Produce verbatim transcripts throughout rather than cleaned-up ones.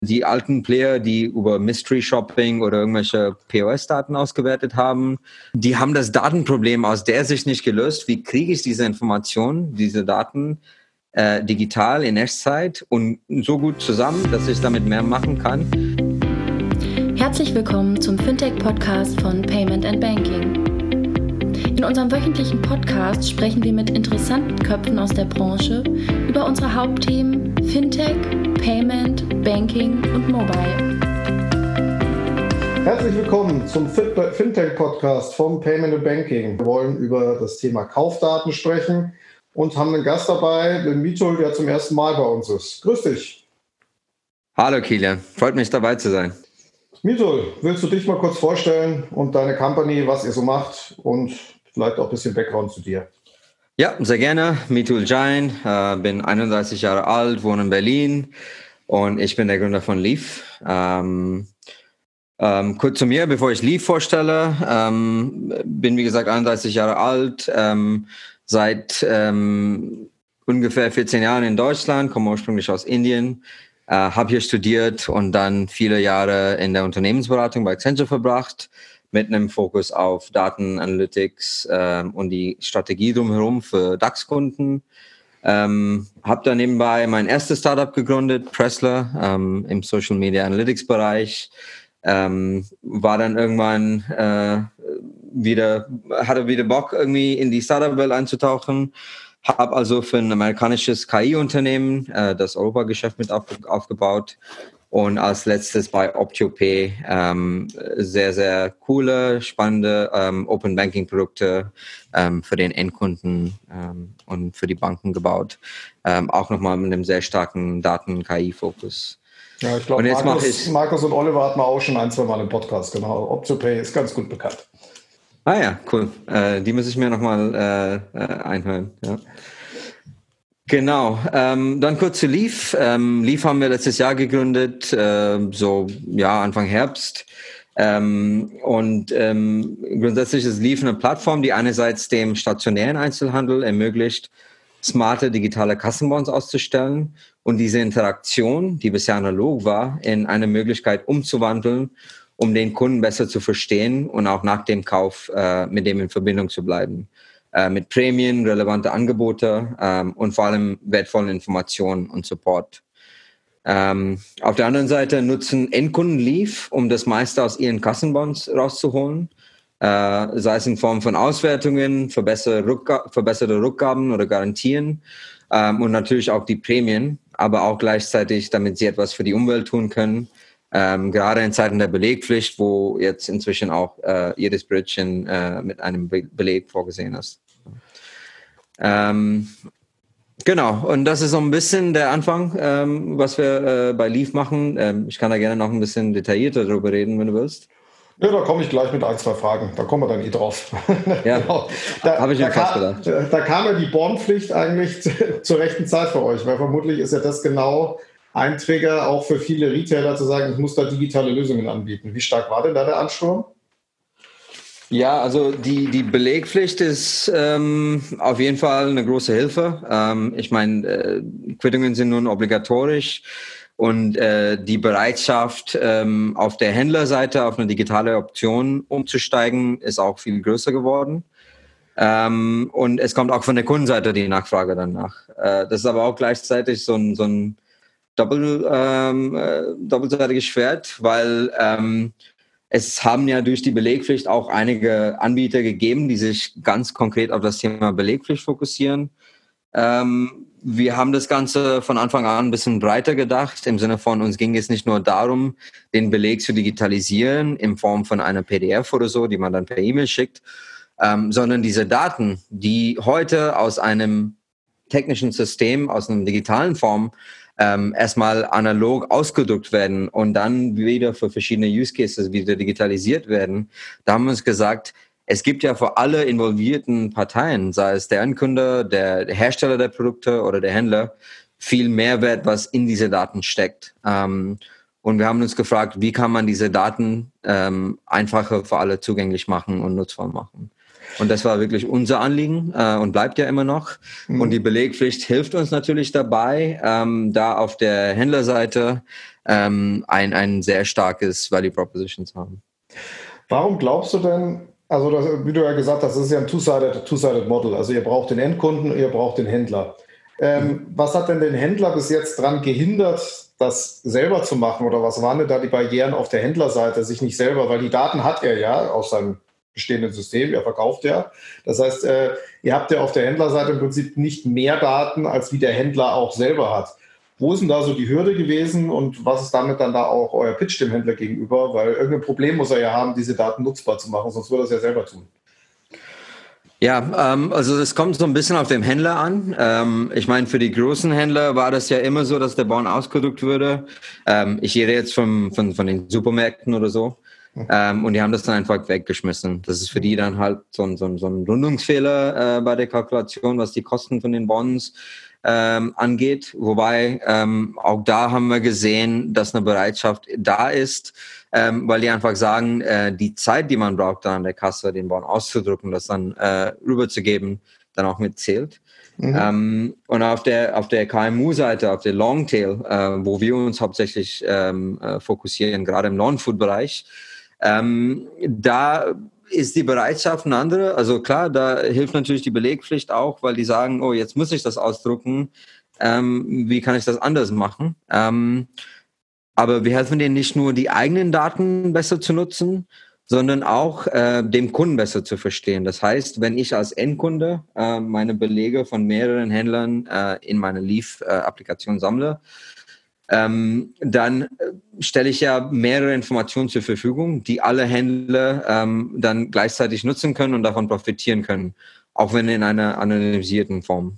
die alten Player, die über Mystery Shopping oder irgendwelche P O S-Daten ausgewertet haben, die haben das Datenproblem aus der Sicht nicht gelöst. Wie kriege ich diese Informationen, diese Daten äh, digital in Echtzeit und so gut zusammen, dass ich damit mehr machen kann? Herzlich willkommen zum Fintech-Podcast von Payment and Banking. In unserem wöchentlichen Podcast sprechen wir mit interessanten Köpfen aus der Branche über unsere Hauptthemen Fintech, Payment, Banking und Mobile. Herzlich willkommen zum Fintech-Podcast vom Payment and Banking. Wir wollen über das Thema Kaufdaten sprechen und haben einen Gast dabei, den Mitul, der zum ersten Mal bei uns ist. Grüß dich. Hallo Kilian, freut mich dabei zu sein. Mitul, willst du dich mal kurz vorstellen und deine Company, was ihr so macht und vielleicht auch ein bisschen Background zu dir? Ja, sehr gerne. Mitul Jain, äh, bin einunddreißig Jahre alt, wohne in Berlin und ich bin der Gründer von Leaf. Ähm, ähm, kurz zu mir, bevor ich Leaf vorstelle. Ähm, bin, wie gesagt, einunddreißig Jahre alt, ähm, seit ähm, ungefähr vierzehn Jahren in Deutschland, komme ursprünglich aus Indien, äh, habe hier studiert und dann viele Jahre in der Unternehmensberatung bei Accenture verbracht, mit einem Fokus auf Daten, Analytics ähm, und die Strategie drumherum für DAX-Kunden. Ähm, habe dann nebenbei mein erstes Startup gegründet, Pressler, ähm, im Social Media Analytics Bereich. Ähm, war dann irgendwann äh, wieder, hatte wieder Bock, irgendwie in die Startup-Welt einzutauchen. Habe also für ein amerikanisches K I-Unternehmen äh, das Europageschäft mit auf, aufgebaut. Und als letztes bei OptioPay ähm, sehr, sehr coole, spannende ähm, Open-Banking-Produkte ähm, für den Endkunden ähm, und für die Banken gebaut. Ähm, auch nochmal mit einem sehr starken Daten-K I-Fokus. Ja, ich glaube, Markus, Markus und Oliver hatten wir auch schon ein, zwei Mal im Podcast. Genau, OptioPay ist ganz gut bekannt. Ah ja, cool. Äh, die muss ich mir nochmal äh, äh, einhören. Ja. Genau, ähm, dann kurz zu Leaf. Ähm, Leaf haben wir letztes Jahr gegründet, äh, so ja Anfang Herbst. Ähm, und ähm, grundsätzlich ist Leaf eine Plattform, die einerseits dem stationären Einzelhandel ermöglicht, smarte digitale Kassenbons auszustellen und diese Interaktion, die bisher analog war, in eine Möglichkeit umzuwandeln, um den Kunden besser zu verstehen und auch nach dem Kauf äh, mit dem in Verbindung zu bleiben. Äh, mit Prämien, relevante Angebote ähm, und vor allem wertvollen Informationen und Support. Ähm, auf der anderen Seite nutzen Endkunden Leaf, um das meiste aus ihren Kassenbons rauszuholen, äh, sei es in Form von Auswertungen, verbesserte, Rückg- verbesserte Rückgaben oder Garantien ähm, und natürlich auch die Prämien, aber auch gleichzeitig, damit sie etwas für die Umwelt tun können. Ähm, gerade in Zeiten der Belegpflicht, wo jetzt inzwischen auch äh, jedes Brötchen äh, mit einem Be- Beleg vorgesehen ist. Ähm, genau, und das ist so ein bisschen der Anfang, ähm, was wir äh, bei Leaf machen. Ähm, ich kann da gerne noch ein bisschen detaillierter darüber reden, wenn du willst. Ja, da komme ich gleich mit ein, zwei Fragen. Da kommen wir dann eh drauf. Ja, genau. Da, habe ich mir da fast kam, gedacht. Da, da kam ja die Bornpflicht eigentlich zu, zur rechten Zeit für euch, weil vermutlich ist ja das genau ein Trigger auch für viele Retailer zu sagen, ich muss da digitale Lösungen anbieten. Wie stark war denn da der Ansturm? Ja, also die, die Belegpflicht ist ähm, auf jeden Fall eine große Hilfe. Ähm, ich meine, äh, Quittungen sind nun obligatorisch und äh, die Bereitschaft ähm, auf der Händlerseite auf eine digitale Option umzusteigen ist auch viel größer geworden. Ähm, und es kommt auch von der Kundenseite die Nachfrage danach. Äh, das ist aber auch gleichzeitig so ein, so ein Doppel, ähm, äh, doppelseitiges Schwert, weil ähm, es haben ja durch die Belegpflicht auch einige Anbieter gegeben, die sich ganz konkret auf das Thema Belegpflicht fokussieren. Ähm, wir haben das Ganze von Anfang an ein bisschen breiter gedacht, im Sinne von, uns ging es nicht nur darum, den Beleg zu digitalisieren in Form von einer P D F oder so, die man dann per E-Mail schickt, ähm, sondern diese Daten, die heute aus einem technischen System, aus einer digitalen Form ähm, erstmal analog ausgedruckt werden und dann wieder für verschiedene Use Cases wieder digitalisiert werden. Da haben wir uns gesagt, es gibt ja für alle involvierten Parteien, sei es der Endkunde, der Hersteller der Produkte oder der Händler, viel Mehrwert, was in diese Daten steckt. Ähm, und wir haben uns gefragt, wie kann man diese Daten ähm, einfacher für alle zugänglich machen und nutzbar machen. Und das war wirklich unser Anliegen äh, und bleibt ja immer noch. Mhm. Und die Belegpflicht hilft uns natürlich dabei, ähm, da auf der Händlerseite ähm, ein, ein sehr starkes Value Proposition zu haben. Warum glaubst du denn, also das, wie du ja gesagt hast, das ist ja ein Two-Sided, Two-Sided Model. Also ihr braucht den Endkunden, ihr braucht den Händler. Ähm, mhm. Was hat denn den Händler bis jetzt daran gehindert, das selber zu machen? Oder was waren denn da die Barrieren auf der Händlerseite, sich nicht selber, weil die Daten hat er ja aus seinem bestehenden System, er verkauft ja. Das heißt, äh, ihr habt ja auf der Händlerseite im Prinzip nicht mehr Daten, als wie der Händler auch selber hat. Wo ist denn da so die Hürde gewesen und was ist damit dann da auch euer Pitch dem Händler gegenüber? Weil irgendein Problem muss er ja haben, diese Daten nutzbar zu machen, sonst würde er es ja selber tun. Ja, ähm, also das kommt so ein bisschen auf den Händler an. Ähm, ich meine, für die großen Händler war das ja immer so, dass der Bon ausgedruckt würde. Ähm, ich rede jetzt vom, von, von den Supermärkten oder so. Ähm, und die haben das dann einfach weggeschmissen. Das ist für die dann halt so ein, so ein, so ein Rundungsfehler äh, bei der Kalkulation, was die Kosten von den Bonds ähm, angeht. Wobei ähm, auch da haben wir gesehen, dass eine Bereitschaft da ist, ähm, weil die einfach sagen, äh, die Zeit, die man braucht, dann an der Kasse den Bon auszudrucken, das dann äh, rüberzugeben, dann auch mitzählt. Mhm. Ähm, und auf der auf der K M U-Seite, auf der Longtail, äh, wo wir uns hauptsächlich ähm, äh, fokussieren, gerade im Non-Food-Bereich, Ähm, da ist die Bereitschaft eine andere. Also klar, da hilft natürlich die Belegpflicht auch, weil die sagen, oh, jetzt muss ich das ausdrucken. Ähm, wie kann ich das anders machen? Ähm, aber wir helfen denen nicht nur, die eigenen Daten besser zu nutzen, sondern auch äh, dem Kunden besser zu verstehen. Das heißt, wenn ich als Endkunde äh, meine Belege von mehreren Händlern äh, in meine Leaf-Applikation sammle, Ähm, dann stelle ich ja mehrere Informationen zur Verfügung, die alle Händler ähm, dann gleichzeitig nutzen können und davon profitieren können, auch wenn in einer anonymisierten Form.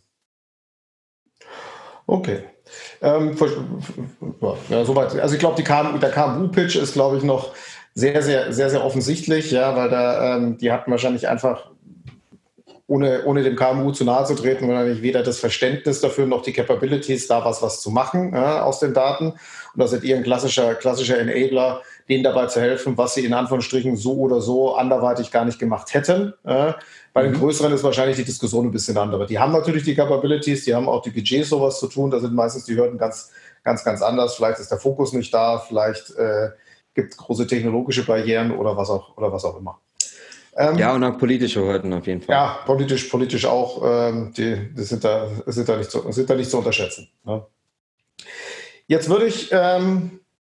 Okay. Ähm, ja, soweit. Also ich glaube, der K M U-Pitch ist, glaube ich, noch sehr, sehr, sehr, sehr offensichtlich, ja, weil da ähm, die hatten wahrscheinlich einfach Ohne, ohne dem K M U zu nahe zu treten, wahrscheinlich weder das Verständnis dafür noch die Capabilities, da was, was zu machen äh, aus den Daten. Und da seid ihr ein klassischer, klassischer Enabler, denen dabei zu helfen, was sie in Anführungsstrichen so oder so anderweitig gar nicht gemacht hätten. Äh, bei mhm. den Größeren ist wahrscheinlich die Diskussion ein bisschen andere. Die haben natürlich die Capabilities, die haben auch die Budgets, sowas zu tun. Da sind meistens die Hürden ganz, ganz, ganz anders. Vielleicht ist der Fokus nicht da, vielleicht äh, gibt es große technologische Barrieren oder was auch, oder was auch immer. Ähm, ja, und auch politische Hürden auf jeden Fall. Ja, politisch, politisch auch. Ähm, die die sind, da, sind, da nicht zu, sind da nicht zu unterschätzen. Ne? Jetzt würde ich ähm,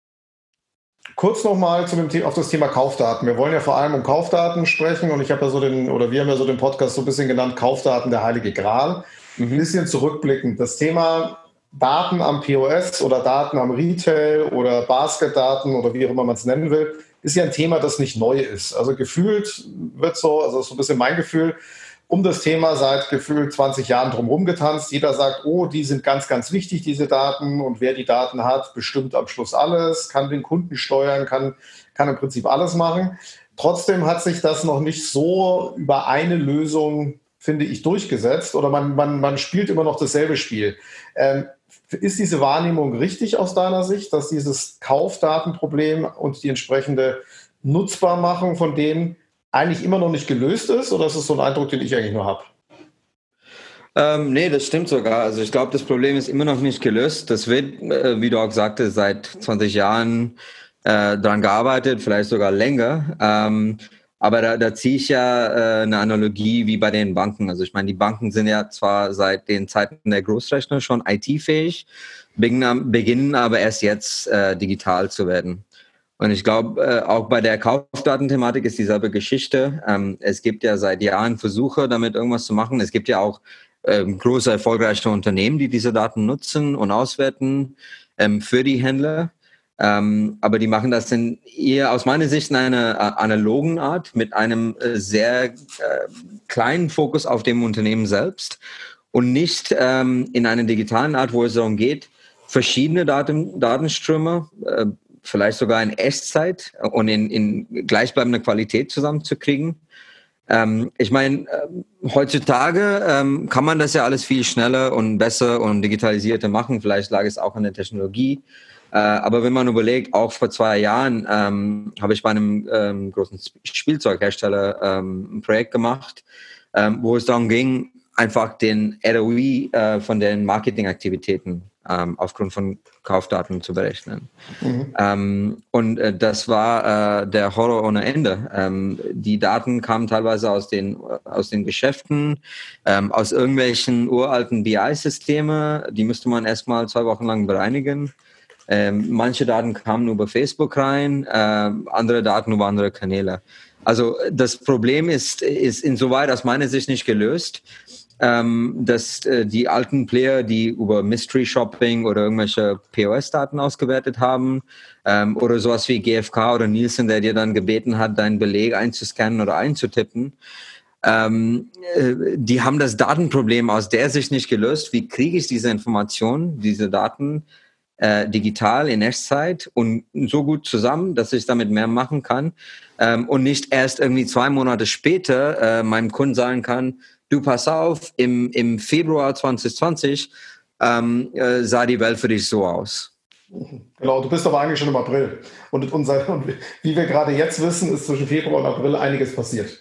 kurz nochmal zu dem The- auf das Thema Kaufdaten. Wir wollen ja vor allem um Kaufdaten sprechen und ich habe ja so den, oder wir haben ja so den Podcast so ein bisschen genannt, Kaufdaten, der heilige Gral. Mhm. Ein bisschen zurückblickend. Das Thema Daten am P O S oder Daten am Retail oder Basketdaten oder wie auch immer man es nennen will, ist ja ein Thema, das nicht neu ist. Also gefühlt wird so, also so ein bisschen mein Gefühl, um das Thema seit gefühlt zwanzig Jahren drumherum getanzt. Jeder sagt, oh, die sind ganz, ganz wichtig, diese Daten. Und wer die Daten hat, bestimmt am Schluss alles, kann den Kunden steuern, kann, kann im Prinzip alles machen. Trotzdem hat sich das noch nicht so über eine Lösung, finde ich, durchgesetzt. Oder man, man, man spielt immer noch dasselbe Spiel. Ähm, Ist diese Wahrnehmung richtig aus deiner Sicht, dass dieses Kaufdatenproblem und die entsprechende Nutzbarmachung von denen eigentlich immer noch nicht gelöst ist? Oder ist es so ein Eindruck, den ich eigentlich nur habe? Ähm, nee, das stimmt sogar. Also ich glaube, das Problem ist immer noch nicht gelöst. Das wird, äh, wie du auch sagtest, seit zwanzig Jahren äh, daran gearbeitet, vielleicht sogar länger. Ähm, Aber da, da ziehe ich ja äh, eine Analogie wie bei den Banken. Also ich meine, die Banken sind ja zwar seit den Zeiten der Großrechner schon I T-fähig, beginnen, beginnen aber erst jetzt äh, digital zu werden. Und ich glaube, äh, auch bei der Kaufdatenthematik ist dieselbe Geschichte. Ähm, es gibt ja seit Jahren Versuche, damit irgendwas zu machen. Es gibt ja auch ähm, große, erfolgreiche Unternehmen, die diese Daten nutzen und auswerten ähm, für die Händler. Ähm, aber die machen das in eher aus meiner Sicht in einer äh, analogen Art mit einem äh, sehr äh, kleinen Fokus auf dem Unternehmen selbst und nicht ähm, in einer digitalen Art, wo es darum geht, verschiedene Daten, Datenströme, äh, vielleicht sogar in Echtzeit und in, in gleichbleibender Qualität zusammenzukriegen. Ähm, ich meine, äh, heutzutage ähm, kann man das ja alles viel schneller und besser und digitalisierter machen. Vielleicht lag es auch an der Technologie. Äh, aber wenn man überlegt, auch vor zwei Jahren ähm, habe ich bei einem ähm, großen Spielzeughersteller ähm, ein Projekt gemacht, ähm, wo es darum ging, einfach den R O I äh, von den Marketingaktivitäten ähm, aufgrund von Kaufdaten zu berechnen. Mhm. Ähm, und äh, das war äh, der Horror ohne Ende. Ähm, die Daten kamen teilweise aus den, aus den Geschäften, ähm, aus irgendwelchen uralten B I-Systeme, die müsste man erstmal zwei Wochen lang bereinigen. Ähm, manche Daten kamen über Facebook rein, äh, andere Daten über andere Kanäle. Also das Problem ist, ist insoweit aus meiner Sicht nicht gelöst, ähm, dass äh, die alten Player, die über Mystery Shopping oder irgendwelche P O S-Daten ausgewertet haben, ähm, oder sowas wie G F K oder Nielsen, der dir dann gebeten hat, deinen Beleg einzuscannen oder einzutippen, ähm, äh, die haben das Datenproblem aus der Sicht nicht gelöst. Wie kriege ich diese Informationen, diese Daten Äh, digital in Echtzeit und so gut zusammen, dass ich damit mehr machen kann ähm, und nicht erst irgendwie zwei Monate später äh, meinem Kunden sagen kann, du pass auf, im, im Februar zwanzig zwanzig ähm, äh, sah die Welt für dich so aus. Genau, du bist aber eigentlich schon im April. Und, unser, und wie wir gerade jetzt wissen, ist zwischen Februar und April einiges passiert.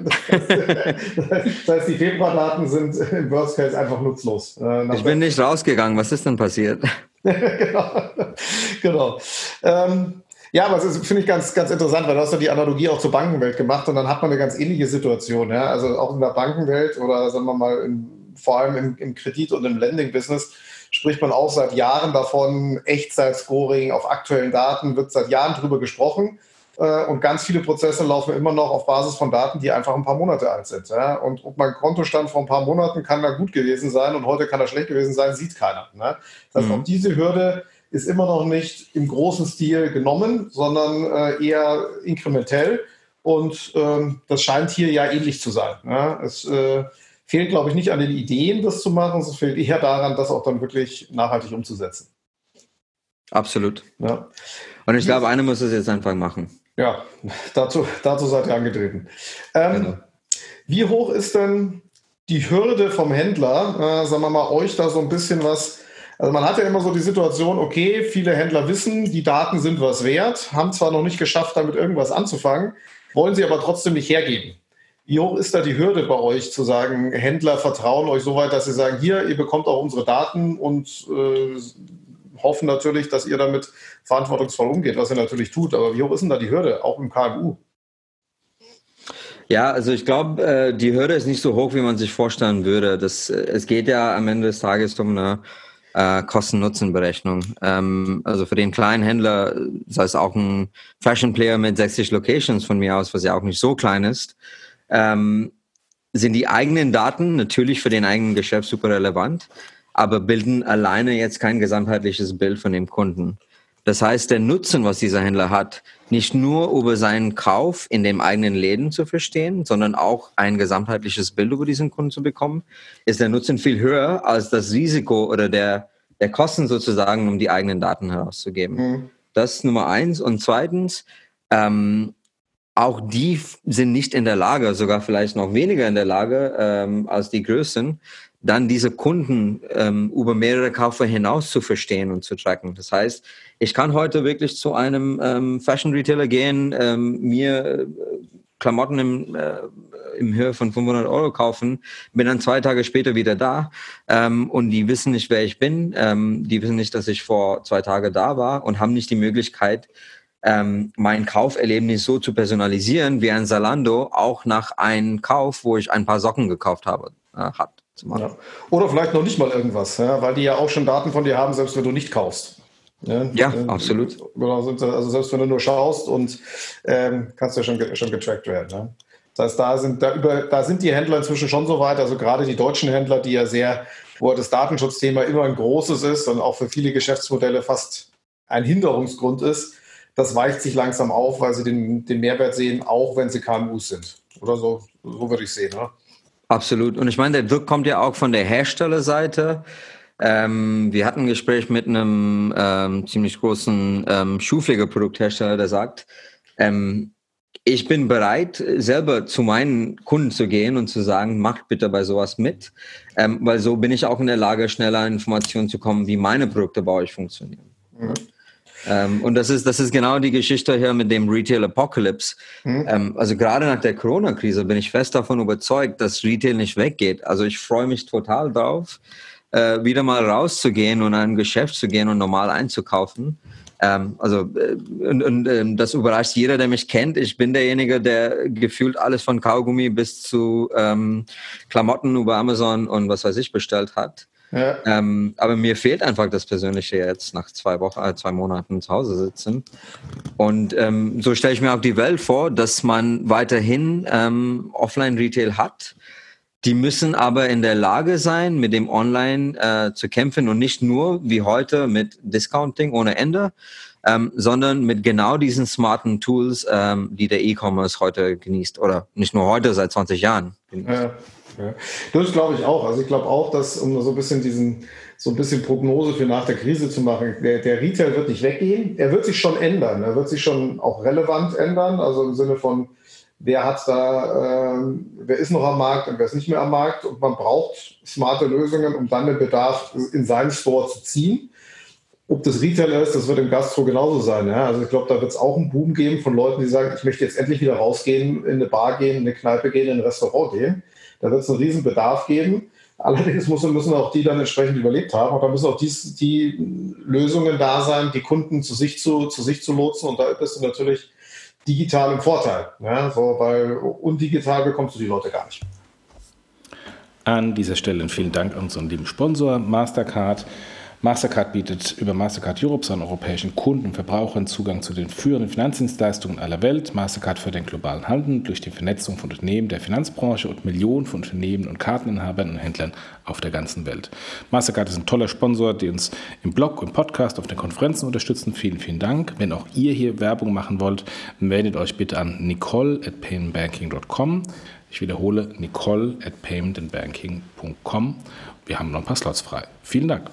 Das heißt, das heißt die Februardaten sind im Worst Case einfach nutzlos. Ich bin nicht rausgegangen. Was ist denn passiert? genau. genau. Ähm, ja, aber das finde ich ganz, ganz interessant, weil du hast ja die Analogie auch zur Bankenwelt gemacht und dann hat man eine ganz ähnliche Situation. Ja? Also auch in der Bankenwelt oder sagen wir mal in, vor allem im, im Kredit- und im Lending-Business spricht man auch seit Jahren davon, Echtzeit-Scoring auf aktuellen Daten, wird seit Jahren drüber gesprochen. Und ganz viele Prozesse laufen immer noch auf Basis von Daten, die einfach ein paar Monate alt sind. Ja? Und ob mein Kontostand vor ein paar Monaten kann da gut gewesen sein und heute kann er schlecht gewesen sein, sieht keiner. Ne? Das heißt, mhm. auch diese Hürde ist immer noch nicht im großen Stil genommen, sondern äh, eher inkrementell. Und ähm, das scheint hier ja ähnlich zu sein. Ne? Es äh, fehlt, glaube ich, nicht an den Ideen, das zu machen. Es fehlt eher daran, das auch dann wirklich nachhaltig umzusetzen. Absolut. Ja. Und ich glaube, einer muss es jetzt einfach machen. Ja, dazu, dazu seid ihr angetreten. Ähm, genau. Wie hoch ist denn die Hürde vom Händler, äh, sagen wir mal, euch da so ein bisschen was, also man hat ja immer so die Situation, okay, viele Händler wissen, die Daten sind was wert, haben zwar noch nicht geschafft, damit irgendwas anzufangen, wollen sie aber trotzdem nicht hergeben. Wie hoch ist da die Hürde bei euch, zu sagen, Händler vertrauen euch so weit, dass sie sagen, hier, ihr bekommt auch unsere Daten und äh, hoffen natürlich, dass ihr damit verantwortungsvoll umgeht, was ihr natürlich tut. Aber wie hoch ist denn da die Hürde, auch im K M U? Ja, also ich glaube, äh, die Hürde ist nicht so hoch, wie man sich vorstellen würde. Das, es geht ja am Ende des Tages um eine äh, Kosten-Nutzen-Berechnung. Ähm, also für den kleinen Händler, sei es auch ein Fashion-Player mit sechzig Locations von mir aus, was ja auch nicht so klein ist, ähm, sind die eigenen Daten natürlich für den eigenen Geschäft super relevant, aber bilden alleine jetzt kein gesamtheitliches Bild von dem Kunden. Das heißt, der Nutzen, was dieser Händler hat, nicht nur über seinen Kauf in dem eigenen Läden zu verstehen, sondern auch ein gesamtheitliches Bild über diesen Kunden zu bekommen, ist der Nutzen viel höher als das Risiko oder der, der Kosten sozusagen, um die eigenen Daten herauszugeben. Mhm. Das ist Nummer eins. Und zweitens, ähm, auch die sind nicht in der Lage, sogar vielleicht noch weniger in der Lage ähm, als die Größten, dann diese Kunden ähm, über mehrere Kaufer hinaus zu verstehen und zu tracken. Das heißt, ich kann heute wirklich zu einem ähm, Fashion-Retailer gehen, ähm, mir äh, Klamotten im, äh, im Höhe von fünfhundert Euro kaufen, bin dann zwei Tage später wieder da ähm, und die wissen nicht, wer ich bin, ähm, die wissen nicht, dass ich vor zwei Tagen da war und haben nicht die Möglichkeit, ähm, mein Kauferlebnis so zu personalisieren, wie ein Zalando auch nach einem Kauf, wo ich ein paar Socken gekauft habe, äh, hat. Ja. Oder vielleicht noch nicht mal irgendwas, ja, weil die ja auch schon Daten von dir haben, selbst wenn du nicht kaufst. Ja, ja äh, absolut. Also selbst wenn du nur schaust und ähm, kannst du ja schon, schon getrackt werden. Ne? Das heißt, da sind, da, über, da sind die Händler inzwischen schon so weit, also gerade die deutschen Händler, die ja sehr, wo das Datenschutzthema immer ein großes ist und auch für viele Geschäftsmodelle fast ein Hinderungsgrund ist, das weicht sich langsam auf, weil sie den, den Mehrwert sehen, auch wenn sie K M Us sind. Oder so, so würde ich sehen. Ne? Absolut. Und ich meine, der Druck kommt ja auch von der Herstellerseite. Ähm, wir hatten ein Gespräch mit einem ähm, ziemlich großen ähm, Schuhpflegeprodukthersteller, der sagt, ähm, ich bin bereit, selber zu meinen Kunden zu gehen und zu sagen, macht bitte bei sowas mit, ähm, weil so bin ich auch in der Lage, schneller an Informationen zu kommen, wie meine Produkte bei euch funktionieren. Mhm. Ähm, und das ist, das ist genau die Geschichte hier mit dem Retail Apocalypse. Mhm. Ähm, also gerade nach der Corona-Krise bin ich fest davon überzeugt, dass Retail nicht weggeht. Also ich freue mich total drauf, äh, wieder mal rauszugehen und in ein Geschäft zu gehen und normal einzukaufen. Ähm, also äh, und, und äh, das überrascht jeder, der mich kennt. Ich bin derjenige, der gefühlt alles von Kaugummi bis zu ähm, Klamotten über Amazon und was weiß ich bestellt hat. Ja. Ähm, aber mir fehlt einfach das Persönliche jetzt nach zwei Wochen, äh, zwei Monaten zu Hause sitzen. Und ähm, so stelle ich mir auch die Welt vor, dass man weiterhin ähm, Offline-Retail hat. Die müssen aber in der Lage sein, mit dem Online äh, zu kämpfen und nicht nur wie heute mit Discounting ohne Ende, ähm, sondern mit genau diesen smarten Tools, ähm, die der E-Commerce heute genießt oder nicht nur heute, seit zwanzig Jahren genießt. Ja. Ja, das glaube ich auch. Also ich glaube auch, dass, um so ein bisschen diesen, so ein bisschen Prognose für nach der Krise zu machen, der, der Retail wird nicht weggehen. Er wird sich schon ändern. Er wird sich schon auch relevant ändern. Also im Sinne von, wer hat da, äh, wer ist noch am Markt und wer ist nicht mehr am Markt. Und man braucht smarte Lösungen, um dann den Bedarf in seinen Store zu ziehen. Ob das Retailer ist, das wird im Gastro genauso sein. Ja? Also ich glaube, da wird es auch einen Boom geben von Leuten, die sagen, ich möchte jetzt endlich wieder rausgehen, in eine Bar gehen, in eine Kneipe gehen, in ein Restaurant gehen. Da wird es einen riesen Bedarf geben. Allerdings müssen, müssen auch die dann entsprechend überlebt haben. Und da müssen auch dies, die Lösungen da sein, die Kunden zu sich zu, zu sich zu lotsen. Und da bist du natürlich digital im Vorteil. Ja, so, weil undigital bekommst du die Leute gar nicht. An dieser Stelle vielen Dank an unseren lieben Sponsor Mastercard. Mastercard bietet über Mastercard Europe seinen europäischen Kunden und Verbrauchern Zugang zu den führenden Finanzdienstleistungen aller Welt. Mastercard fördert den globalen Handel durch die Vernetzung von Unternehmen der Finanzbranche und Millionen von Unternehmen und Karteninhabern und Händlern auf der ganzen Welt. Mastercard ist ein toller Sponsor, der uns im Blog und Podcast auf den Konferenzen unterstützen. Vielen, vielen Dank. Wenn auch ihr hier Werbung machen wollt, meldet euch bitte an nicole at payment banking dot com. Ich wiederhole, nicole at payment banking dot com. Wir haben noch ein paar Slots frei. Vielen Dank.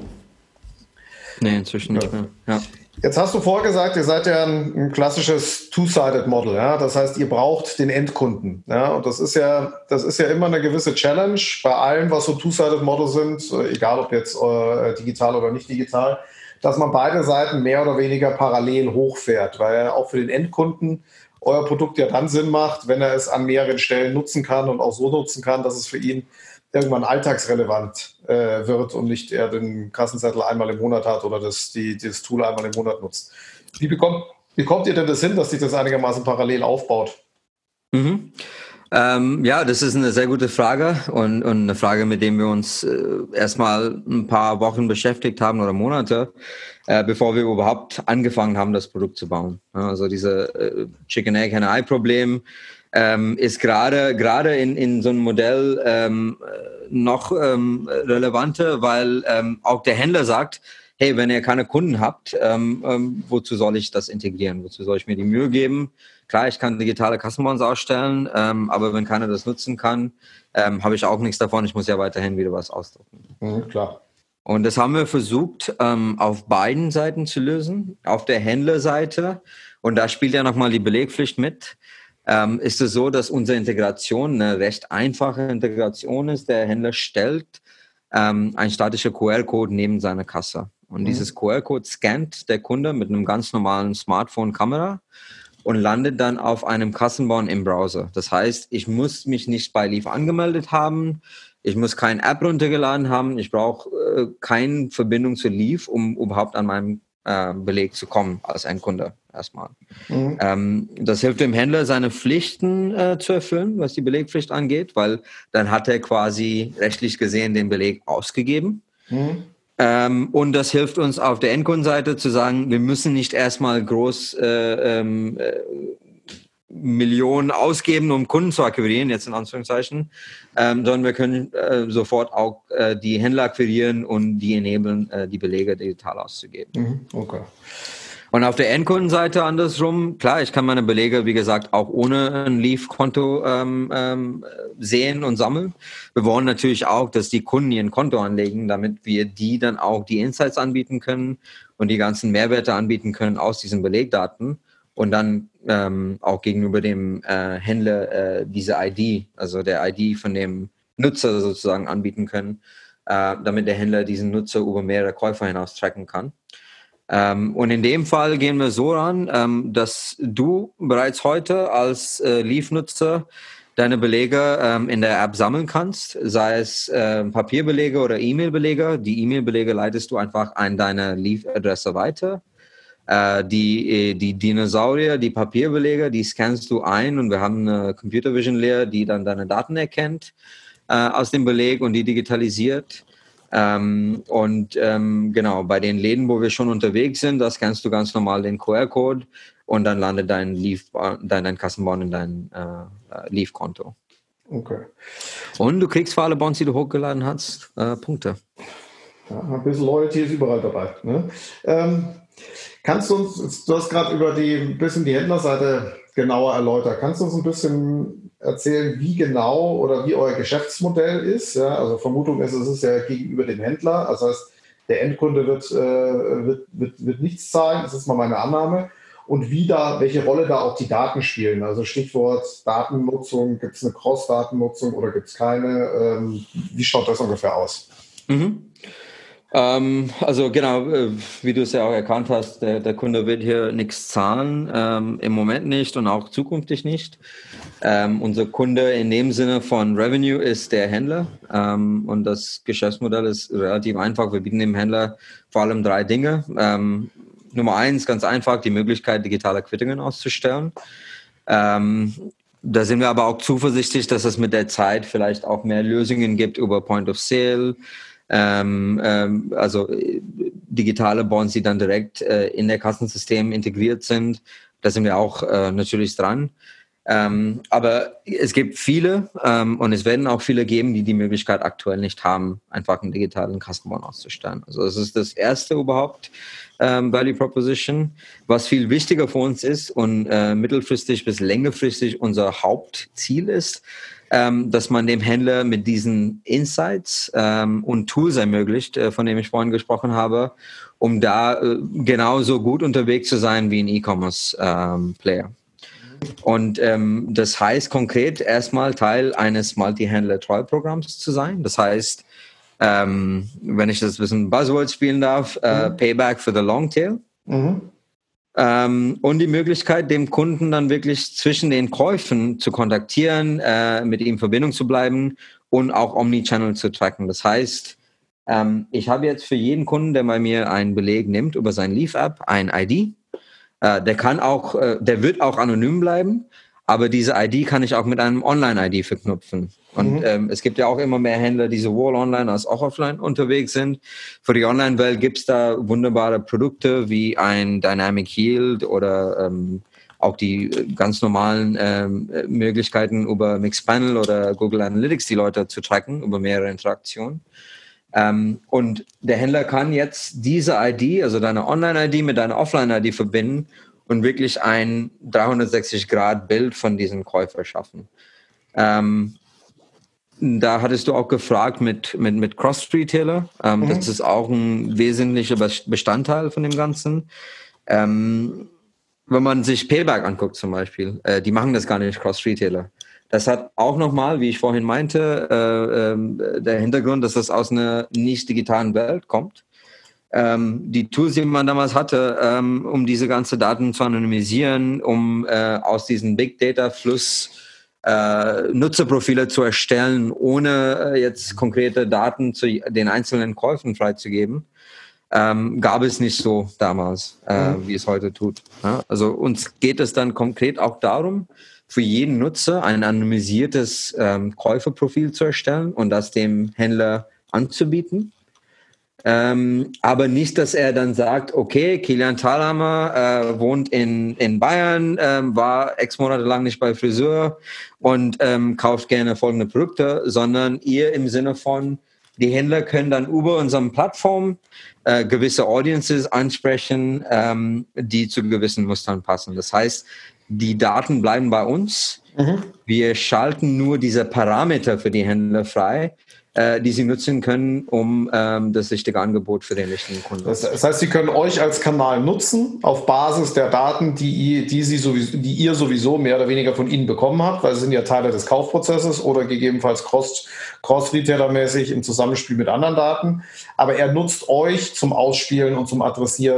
Nee, inzwischen nicht mehr. Ja. Jetzt hast du vorgesagt, ihr seid ja ein, ein klassisches Two-Sided-Model, ja. Das heißt, ihr braucht den Endkunden. Ja. Und das ist ja, das ist ja immer eine gewisse Challenge bei allem, was so Two-Sided-Model sind, egal ob jetzt äh, digital oder nicht digital, dass man beide Seiten mehr oder weniger parallel hochfährt, weil auch für den Endkunden euer Produkt ja dann Sinn macht, wenn er es an mehreren Stellen nutzen kann und auch so nutzen kann, dass es für ihn irgendwann alltagsrelevant äh, wird und nicht er den Kassenzettel einmal im Monat hat oder das, die, das Tool einmal im Monat nutzt. Wie bekommt, wie kommt ihr denn das hin, dass sich das einigermaßen parallel aufbaut? Mhm. Ähm, ja, das ist eine sehr gute Frage und, und eine Frage, mit der wir uns äh, erstmal ein paar Wochen beschäftigt haben oder Monate, äh, bevor wir überhaupt angefangen haben, das Produkt zu bauen. Also diese äh, Chicken-Egg-Hand-Eye-Problem ähm, ist gerade gerade in, in so einem Modell ähm, noch ähm, relevanter, weil ähm, auch der Händler sagt, hey, wenn ihr keine Kunden habt, ähm, ähm, wozu soll ich das integrieren? Wozu soll ich mir die Mühe geben? Klar, ich kann digitale Kassenbons ausstellen, ähm, aber wenn keiner das nutzen kann, ähm, habe ich auch nichts davon. Ich muss ja weiterhin wieder was ausdrucken. Mhm, klar. Und das haben wir versucht, ähm, auf beiden Seiten zu lösen. Auf der Händlerseite, und da spielt ja nochmal die Belegpflicht mit, ähm, ist es so, dass unsere Integration eine recht einfache Integration ist. Der Händler stellt ähm, ein statischer Q R-Code neben seiner Kasse. Und mhm. dieses Q R-Code scannt der Kunde mit einem ganz normalen Smartphone-Kamera und landet dann auf einem Kassenbon im Browser. Das heißt, ich muss mich nicht bei Leaf angemeldet haben, ich muss keine App runtergeladen haben, ich brauche äh, keine Verbindung zu Leaf, um überhaupt an meinem äh, Beleg zu kommen als Endkunde erstmal. Mhm. Ähm, das hilft dem Händler, seine Pflichten äh, zu erfüllen, was die Belegpflicht angeht, weil dann hat er quasi rechtlich gesehen den Beleg ausgegeben. Mhm. Ähm, und das hilft uns auf der Endkundenseite zu sagen, wir müssen nicht erstmal groß äh, ähm, äh, Millionen ausgeben, um Kunden zu akquirieren, jetzt in Anführungszeichen, ähm, sondern wir können äh, sofort auch äh, die Händler akquirieren und die enablen, äh, die Belege digital auszugeben. Mhm, okay. Und auf der Endkundenseite andersrum, klar, ich kann meine Belege, wie gesagt, auch ohne ein Leaf-Konto ähm, ähm, sehen und sammeln. Wir wollen natürlich auch, dass die Kunden ihr Konto anlegen, damit wir die dann auch die Insights anbieten können und die ganzen Mehrwerte anbieten können aus diesen Belegdaten und dann ähm, auch gegenüber dem äh, Händler äh, diese I D, also der I D von dem Nutzer sozusagen anbieten können, äh, damit der Händler diesen Nutzer über mehrere Käufer hinaus tracken kann. Ähm, und in dem Fall gehen wir so ran, ähm, dass du bereits heute als äh, Leaf-Nutzer deine Belege ähm, in der App sammeln kannst, sei es äh, Papierbelege oder E-Mail-Belege. Die E-Mail-Belege leitest du einfach an deine Leaf-Adresse weiter. Äh, die, die Dinosaurier, die Papierbelege, die scannst du ein und wir haben eine Computer Vision Layer, die dann deine Daten erkennt äh, aus dem Beleg und die digitalisiert. Ähm, und ähm, genau, bei den Läden, wo wir schon unterwegs sind, da scannst du ganz normal den Q R-Code und dann landet dein Leaf, dein, dein Kassenbon in dein äh, Leaf-Konto. Okay. Und du kriegst für alle Bonds, die du hochgeladen hast, äh, Punkte. Ja, ein bisschen Loyalty ist überall dabei. Ne? Ähm, kannst du uns, du hast gerade über die ein bisschen die Händlerseite genauer erläutert, kannst du uns ein bisschen erzählen, wie genau oder wie euer Geschäftsmodell ist? Ja? Also Vermutung ist, es ist ja gegenüber dem Händler, das heißt, der Endkunde wird, äh, wird, wird, wird nichts zahlen, das ist mal meine Annahme. Und wie da, welche Rolle da auch die Daten spielen. Also Stichwort Datennutzung, gibt es eine Cross-Datennutzung oder gibt es keine? Ähm, wie schaut das ungefähr aus? Mhm. Ähm, also genau, äh, wie du es ja auch erkannt hast, der, der Kunde wird hier nichts zahlen, ähm, im Moment nicht und auch zukünftig nicht. Ähm, unser Kunde in dem Sinne von Revenue ist der Händler ähm, und das Geschäftsmodell ist relativ einfach. Wir bieten dem Händler vor allem drei Dinge. Ähm, Nummer eins, ganz einfach, die Möglichkeit, digitale Quittungen auszustellen. Ähm, da sind wir aber auch zuversichtlich, dass es mit der Zeit vielleicht auch mehr Lösungen gibt über Point of Sale, ähm, ähm, also äh, digitale Bonds, die dann direkt äh, in der Kassensystem integriert sind. Da sind wir auch äh, natürlich dran. Ähm, aber es gibt viele ähm, und es werden auch viele geben, die die Möglichkeit aktuell nicht haben, einfach einen digitalen Kassenbon auszustellen. Also das ist das erste überhaupt ähm, Value Proposition. Was viel wichtiger für uns ist und äh, mittelfristig bis längerfristig unser Hauptziel ist, ähm, dass man dem Händler mit diesen Insights ähm, und Tools ermöglicht, äh, von denen ich vorhin gesprochen habe, um da äh, genauso gut unterwegs zu sein wie ein E-Commerce-Player. Ähm, Und ähm, das heißt konkret erstmal Teil eines Multi-Händler-Treuprogramms zu sein. Das heißt, ähm, wenn ich das ein bisschen Buzzword spielen darf, äh, mhm. Payback for the Long Tail. Mhm. Ähm, und die Möglichkeit, dem Kunden dann wirklich zwischen den Käufen zu kontaktieren, äh, mit ihm in Verbindung zu bleiben und auch Omnichannel zu tracken. Das heißt, ähm, ich habe jetzt für jeden Kunden, der bei mir einen Beleg nimmt über sein Leaf-App, ein I D. Uh, der kann auch, uh, der wird auch anonym bleiben, aber diese I D kann ich auch mit einem Online-I D verknüpfen. Und mhm. ähm, es gibt ja auch immer mehr Händler, die sowohl online als auch offline unterwegs sind. Für die Online-Welt gibt es da wunderbare Produkte wie ein Dynamic Yield oder ähm, auch die ganz normalen ähm, Möglichkeiten über Mixpanel oder Google Analytics die Leute zu tracken über mehrere Interaktionen. Ähm, und der Händler kann jetzt diese I D, also deine Online-I D mit deiner Offline-I D verbinden und wirklich ein dreihundertsechzig Grad Bild von diesem Käufer schaffen. Ähm, da hattest du auch gefragt mit, mit, mit Cross-Retailer. Ähm, mhm. Das ist auch ein wesentlicher Bestandteil von dem Ganzen. Ähm, wenn man sich Payback anguckt zum Beispiel, äh, die machen das gar nicht Cross-Retailer. Das hat auch nochmal, wie ich vorhin meinte, äh, äh, der Hintergrund, dass das aus einer nicht digitalen Welt kommt. Ähm, die Tools, die man damals hatte, ähm, um diese ganzen Daten zu anonymisieren, um äh, aus diesem Big Data Fluss äh, Nutzerprofile zu erstellen, ohne äh, jetzt konkrete Daten zu den einzelnen Käufen freizugeben, ähm, gab es nicht so damals, äh, mhm. wie es heute tut. Ja? Also uns geht es dann konkret auch darum, für jeden Nutzer ein anonymisiertes ähm, Käuferprofil zu erstellen und das dem Händler anzubieten. Ähm, aber nicht, dass er dann sagt, okay, Kilian Thalhammer äh, wohnt in, in Bayern, äh, war x Monate lang nicht bei Friseur und ähm, kauft gerne folgende Produkte, sondern ihr im Sinne von, die Händler können dann über unsere Plattform äh, gewisse Audiences ansprechen, ähm, die zu gewissen Mustern passen. Das heißt, die Daten bleiben bei uns. Mhm. Wir schalten nur diese Parameter für die Händler frei, äh, die sie nutzen können, um ähm, das richtige Angebot für den richtigen Kunden zu machen. Das heißt, sie können euch als Kanal nutzen auf Basis der Daten, die, die, sie sowieso, die ihr sowieso mehr oder weniger von ihnen bekommen habt, weil sie sind ja Teile des Kaufprozesses oder gegebenenfalls cross, cross-Retailer-mäßig im Zusammenspiel mit anderen Daten. Aber er nutzt euch zum Ausspielen und zum Adressieren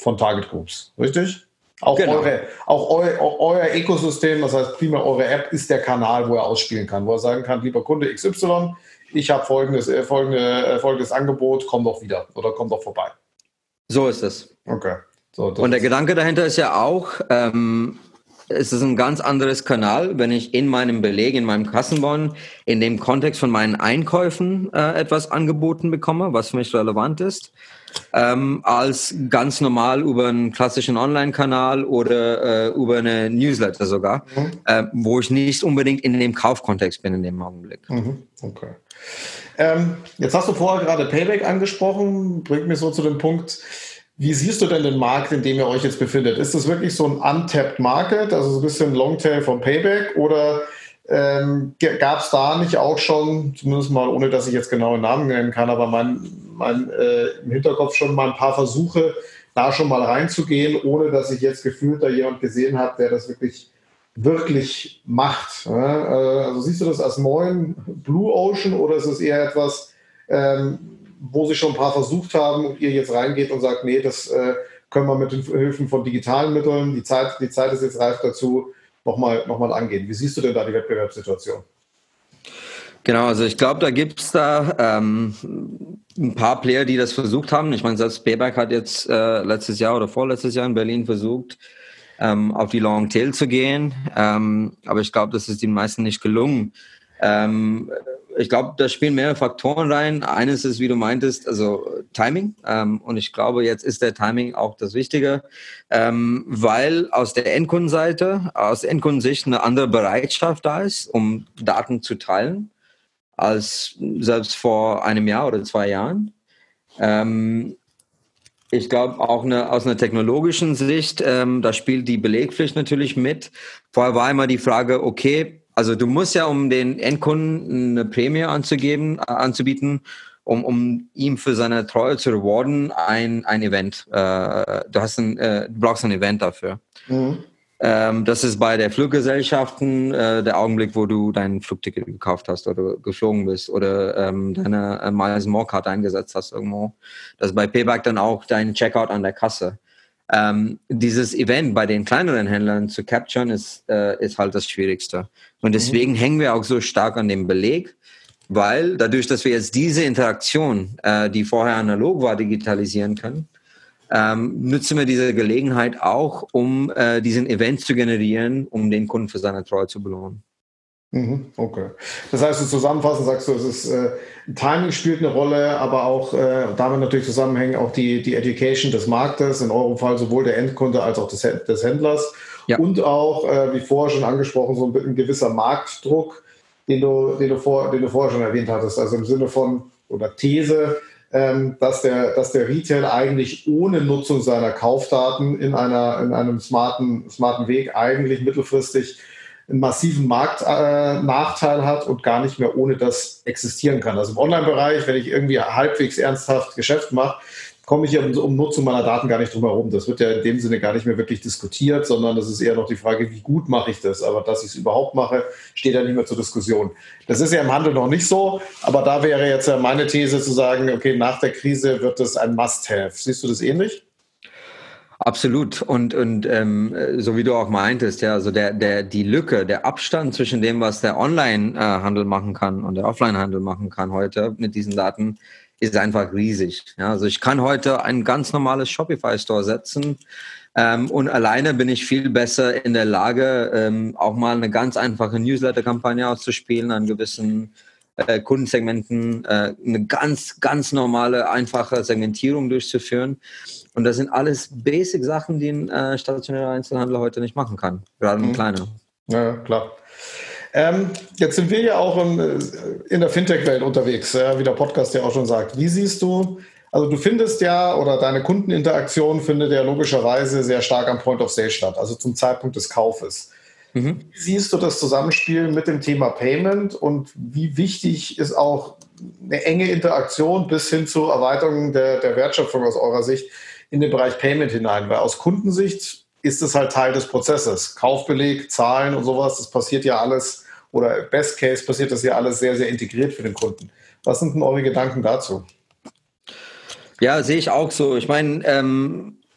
von Target Groups, richtig? Auch, genau. eure, auch eu, euer Ökosystem, das heißt primär eure App, ist der Kanal, wo er ausspielen kann, wo er sagen kann, lieber Kunde X Y, ich habe folgendes, äh, folgende, äh, folgendes Angebot, komm doch wieder oder komm doch vorbei. So ist es. Okay. So, und der ist Gedanke dahinter ist ja auch, ähm, es ist ein ganz anderes Kanal, wenn ich in meinem Beleg, in meinem Kassenbon, in dem Kontext von meinen Einkäufen äh, etwas angeboten bekomme, was für mich relevant ist, ähm, als ganz normal über einen klassischen Online-Kanal oder äh, über eine Newsletter sogar, mhm. äh, wo ich nicht unbedingt in dem Kaufkontext bin in dem Augenblick. Mhm. Okay. Ähm, jetzt hast du vorher gerade Payback angesprochen, bringt mich so zu dem Punkt, wie siehst du denn den Markt, in dem ihr euch jetzt befindet? Ist das wirklich so ein untapped Market, also so ein bisschen Longtail vom Payback, oder ähm, gab es da nicht auch schon, zumindest mal ohne, dass ich jetzt genau einen Namen nennen kann, aber mein, mein äh, im Hinterkopf schon mal ein paar Versuche, da schon mal reinzugehen, ohne dass ich jetzt gefühlt da jemand gesehen habe, der das wirklich, wirklich macht. Ja? Also siehst du das als neuen Blue Ocean oder ist es eher etwas, ähm, wo sie schon ein paar versucht haben und ihr jetzt reingeht und sagt, nee, das äh, können wir mit den Hilfen von digitalen Mitteln, die Zeit, die Zeit ist jetzt reif dazu, nochmal noch mal angehen. Wie siehst du denn da die Wettbewerbssituation? Genau, also ich glaube, da gibt es da ähm, ein paar Player, die das versucht haben. Ich meine, selbst Payback hat jetzt äh, letztes Jahr oder vorletztes Jahr in Berlin versucht, ähm, auf die Long Tail zu gehen. Ähm, aber ich glaube, das ist den meisten nicht gelungen. Ähm, ich glaube, da spielen mehrere Faktoren rein. Eines ist, wie du meintest, also Timing. Ähm, und ich glaube, jetzt ist der Timing auch das Wichtige, ähm, weil aus der Endkundenseite, aus der Endkundensicht eine andere Bereitschaft da ist, um Daten zu teilen, als selbst vor einem Jahr oder zwei Jahren. Ähm, ich glaube auch eine, aus einer technologischen Sicht, ähm, da spielt die Belegpflicht natürlich mit. Vorher war immer die Frage, okay, also du musst ja, um den Endkunden eine Prämie anzugeben, äh, anzubieten, um, um ihm für seine Treue zu rewarden, ein, ein Event. Äh, du hast ein, äh, du brauchst ein Event dafür. Mhm. Ähm, das ist bei der Fluggesellschaften äh, der Augenblick, wo du dein Flugticket gekauft hast oder geflogen bist oder ähm, deine äh, Miles More Card eingesetzt hast irgendwo. Das ist bei Payback dann auch dein Checkout an der Kasse. Ähm, dieses Event bei den kleineren Händlern zu capturen ist, äh, ist halt das Schwierigste. Und deswegen mhm. hängen wir auch so stark an dem Beleg, weil dadurch, dass wir jetzt diese Interaktion, äh, die vorher analog war, digitalisieren können, ähm, nutzen wir diese Gelegenheit auch, um äh, diesen Event zu generieren, um den Kunden für seine Treue zu belohnen. Okay. Das heißt, du zusammenfassend sagst du, es ist äh, Timing spielt eine Rolle, aber auch äh, damit natürlich zusammenhängen auch die, die Education des Marktes, in eurem Fall sowohl der Endkunde als auch des, des Händlers ja. und auch, äh, wie vorher schon angesprochen, so ein, ein gewisser Marktdruck, den du, den, du vor, den du vorher schon erwähnt hattest, also im Sinne von, oder These, ähm, dass, der, dass der Retail eigentlich ohne Nutzung seiner Kaufdaten in, einer, in einem smarten, smarten Weg eigentlich mittelfristig einen massiven Marktnachteil äh, hat und gar nicht mehr ohne das existieren kann. Also im Online-Bereich, wenn ich irgendwie halbwegs ernsthaft Geschäft mache, komme ich ja um, um Nutzung meiner Daten gar nicht drum herum. Das wird ja in dem Sinne gar nicht mehr wirklich diskutiert, sondern das ist eher noch die Frage, wie gut mache ich das? Aber dass ich es überhaupt mache, steht ja nicht mehr zur Diskussion. Das ist ja im Handel noch nicht so, aber da wäre jetzt ja meine These zu sagen, okay, nach der Krise wird das ein Must-Have. Siehst du das ähnlich? Absolut. Und, und ähm, so wie du auch meintest, ja, also der, der, die Lücke, der Abstand zwischen dem, was der Online-Handel machen kann und der Offline-Handel machen kann heute mit diesen Daten, ist einfach riesig. Ja, also ich kann heute ein ganz normales Shopify-Store setzen ähm, und alleine bin ich viel besser in der Lage, ähm, auch mal eine ganz einfache Newsletter-Kampagne auszuspielen an gewissen äh, Kundensegmenten, äh, eine ganz, ganz normale, einfache Segmentierung durchzuführen. Und das sind alles Basic-Sachen, die ein äh, stationärer Einzelhandel heute nicht machen kann, gerade ein mhm. kleiner. Ja, klar. Ähm, jetzt sind wir ja auch in, in der Fintech-Welt unterwegs, ja, wie der Podcast ja auch schon sagt. Wie siehst du, also du findest ja, oder deine Kundeninteraktion findet ja logischerweise sehr stark am Point of Sale statt, also zum Zeitpunkt des Kaufes. Mhm. Wie siehst du das Zusammenspiel mit dem Thema Payment und wie wichtig ist auch eine enge Interaktion bis hin zur Erweiterung der, der Wertschöpfung aus eurer Sicht in den Bereich Payment hinein? Weil aus Kundensicht ist es halt Teil des Prozesses. Kaufbeleg, Zahlen und sowas, das passiert ja alles, oder Best Case passiert das ja alles sehr, sehr integriert für den Kunden. Was sind denn eure Gedanken dazu? Ja, sehe ich auch so. Ich meine, ähm,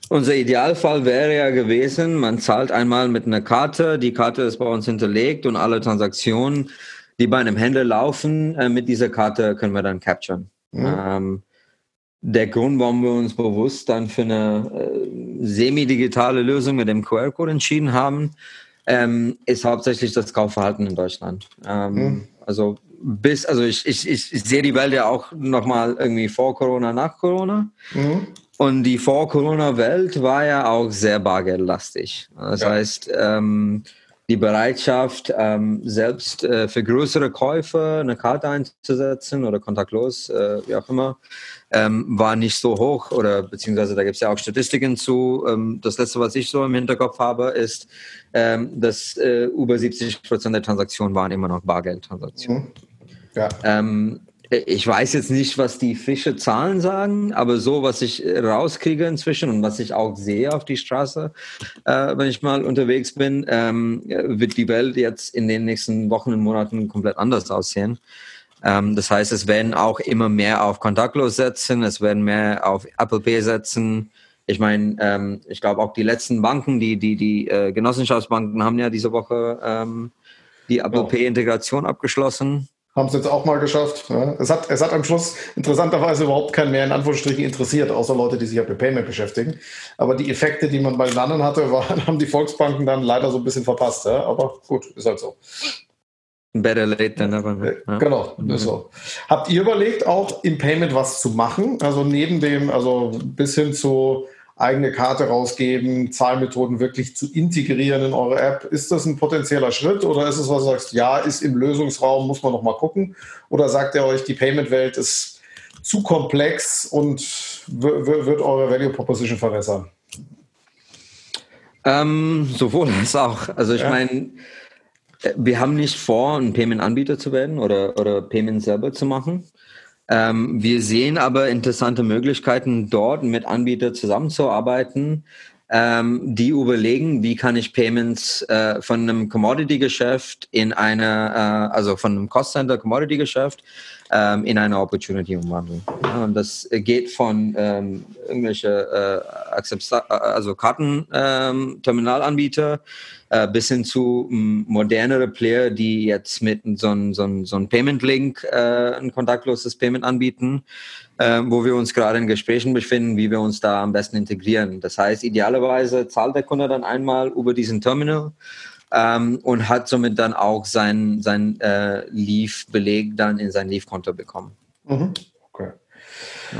Unser Idealfall wäre ja gewesen, man zahlt einmal mit einer Karte, die Karte ist bei uns hinterlegt und alle Transaktionen, die bei einem Händler laufen, äh, mit dieser Karte können wir dann capturen. Mhm. Ähm, der Grund, warum wir uns bewusst dann für eine äh, semi-digitale Lösung mit dem Q R-Code entschieden haben, ähm, ist hauptsächlich das Kaufverhalten in Deutschland. Ähm, mhm. Also bis, also ich, ich, ich, ich sehe die Welt ja auch nochmal irgendwie vor Corona, nach Corona. Mhm. Und die Vor-Corona-Welt war ja auch sehr bargeldlastig. Das ja. heißt, ähm, die Bereitschaft, ähm, selbst äh, für größere Käufe eine Karte einzusetzen oder kontaktlos, äh, wie auch immer, ähm, war nicht so hoch. Oder beziehungsweise da gibt es ja auch Statistiken zu. Ähm, das Letzte, was ich so im Hinterkopf habe, ist, ähm, dass äh, über siebzig Prozent der Transaktionen waren immer noch Bargeldtransaktionen. Mhm. Ja. Ähm, Ich weiß jetzt nicht, was die Fische Zahlen sagen, aber so, was ich rauskriege inzwischen und was ich auch sehe auf die Straße, äh, wenn ich mal unterwegs bin, ähm, wird die Welt jetzt in den nächsten Wochen und Monaten komplett anders aussehen. Ähm, das heißt, es werden auch immer mehr auf kontaktlos setzen, es werden mehr auf Apple Pay setzen. Ich meine, ähm, ich glaube auch die letzten Banken, die, die, die äh, Genossenschaftsbanken haben ja diese Woche ähm, die Apple Pay Integration abgeschlossen. Haben es jetzt auch mal geschafft. Ja. Es hat, es hat am Schluss interessanterweise überhaupt keinen mehr in Anführungsstrichen interessiert, außer Leute, die sich ja mit Payment beschäftigen. Aber die Effekte, die man bei den anderen hatte, waren, haben die Volksbanken dann leider so ein bisschen verpasst. Ja. Aber gut, ist halt so. Better late than never. Ne? Ja. Genau, ist so. Habt ihr überlegt, auch im Payment was zu machen? Also neben dem, also bis hin zu eigene Karte rausgeben, Zahlmethoden wirklich zu integrieren in eure App. Ist das ein potenzieller Schritt oder ist es, was du sagst, ja, ist im Lösungsraum, muss man noch mal gucken? Oder sagt ihr euch, die Payment-Welt ist zu komplex und w- w- wird eure Value Proposition verwässern? Ähm, sowohl als auch. Also ich ja. meine, wir haben nicht vor, ein Payment-Anbieter zu werden oder, oder Payment selber zu machen. Ähm, wir sehen aber interessante Möglichkeiten, dort mit Anbietern zusammenzuarbeiten, ähm, die überlegen, wie kann ich Payments äh, von einem Commodity-Geschäft in eine, äh, also von einem Cost-Center-Commodity-Geschäft ähm, in eine Opportunity umwandeln. Ja, und das geht von ähm, irgendwelche äh, Accept- also Karten-Terminalanbieter äh, bis hin zu m, modernere Player, die jetzt mit so einem so ein, so ein Payment-Link äh, ein kontaktloses Payment anbieten, äh, wo wir uns gerade in Gesprächen befinden, wie wir uns da am besten integrieren. Das heißt, idealerweise zahlt der Kunde dann einmal über diesen Terminal ähm, und hat somit dann auch sein, sein äh, Leaf-Beleg dann in sein Leaf-Konto bekommen. Mhm. Okay. Ja.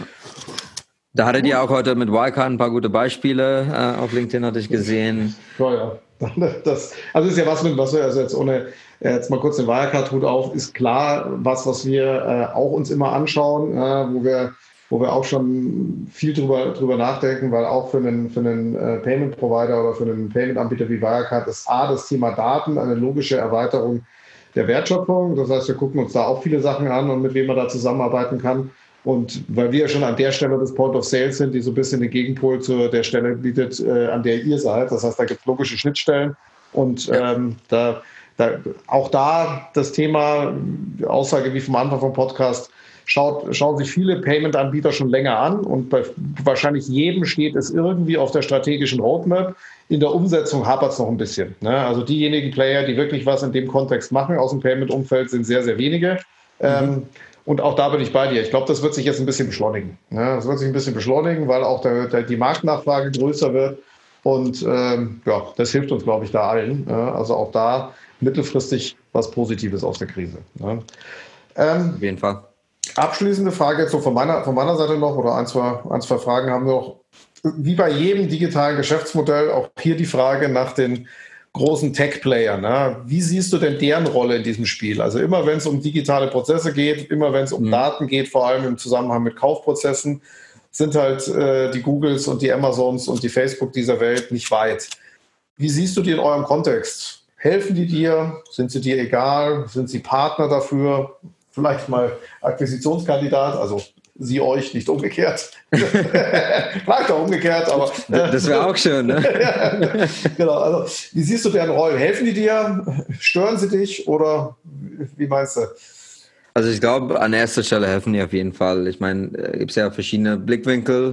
Da hattet ihr auch heute mit Wirecard ein paar gute Beispiele. Äh, auf LinkedIn hatte ich gesehen. Ja, ja. Das, also ist ja was, mit was wir also jetzt ohne jetzt mal kurz den Wirecard-Hut auf, ist klar was, was wir äh, auch uns immer anschauen, äh, wo wir wo wir auch schon viel drüber drüber nachdenken, weil auch für einen für einen äh, Payment-Provider oder für einen Payment-Anbieter wie Wirecard ist A, das Thema Daten eine logische Erweiterung der Wertschöpfung. Das heißt, wir gucken uns da auch viele Sachen an und mit wem man da zusammenarbeiten kann. Und weil wir ja schon an der Stelle des Point of Sale sind, die so ein bisschen den Gegenpol zu der Stelle bietet, äh, an der ihr seid. Das heißt, da gibt es logische Schnittstellen. Und ja. ähm, da, da, auch da das Thema, Aussage wie vom Anfang vom Podcast, schaut, schauen sich viele Payment-Anbieter schon länger an. Und bei wahrscheinlich jedem steht es irgendwie auf der strategischen Roadmap. In der Umsetzung hapert es noch ein bisschen. Ne? Also diejenigen Player, die wirklich was in dem Kontext machen aus dem Payment-Umfeld, sind sehr, sehr wenige. Mhm. Ähm, Und auch da bin ich bei dir. Ich glaube, das wird sich jetzt ein bisschen beschleunigen. Ja, das wird sich ein bisschen beschleunigen, weil auch der, der, die Marktnachfrage größer wird. Und ähm, ja, das hilft uns, glaube ich, da allen. Ja, also auch da mittelfristig was Positives aus der Krise. Ja. Ähm, Auf jeden Fall. Abschließende Frage jetzt so von meiner, von meiner Seite noch, oder ein zwei, ein, zwei Fragen haben wir noch. Wie bei jedem digitalen Geschäftsmodell auch hier die Frage nach den großen Tech-Player. Ne? Wie siehst du denn deren Rolle in diesem Spiel? Also immer, wenn es um digitale Prozesse geht, immer wenn es um mhm. Daten geht, vor allem im Zusammenhang mit Kaufprozessen, sind halt äh, die Googles und die Amazons und die Facebook dieser Welt nicht weit. Wie siehst du die in eurem Kontext? Helfen die dir? Sind sie dir egal? Sind sie Partner dafür? Vielleicht mal Akquisitionskandidat, also sie euch, nicht umgekehrt. Vielleicht auch umgekehrt, aber... Äh, das wäre auch schön, ne? Ja, genau, also wie siehst du deren Rollen? Helfen die dir? Stören sie dich? Oder wie meinst du? Also ich glaube, an erster Stelle helfen die auf jeden Fall. Ich meine, es gibt ja verschiedene Blickwinkel.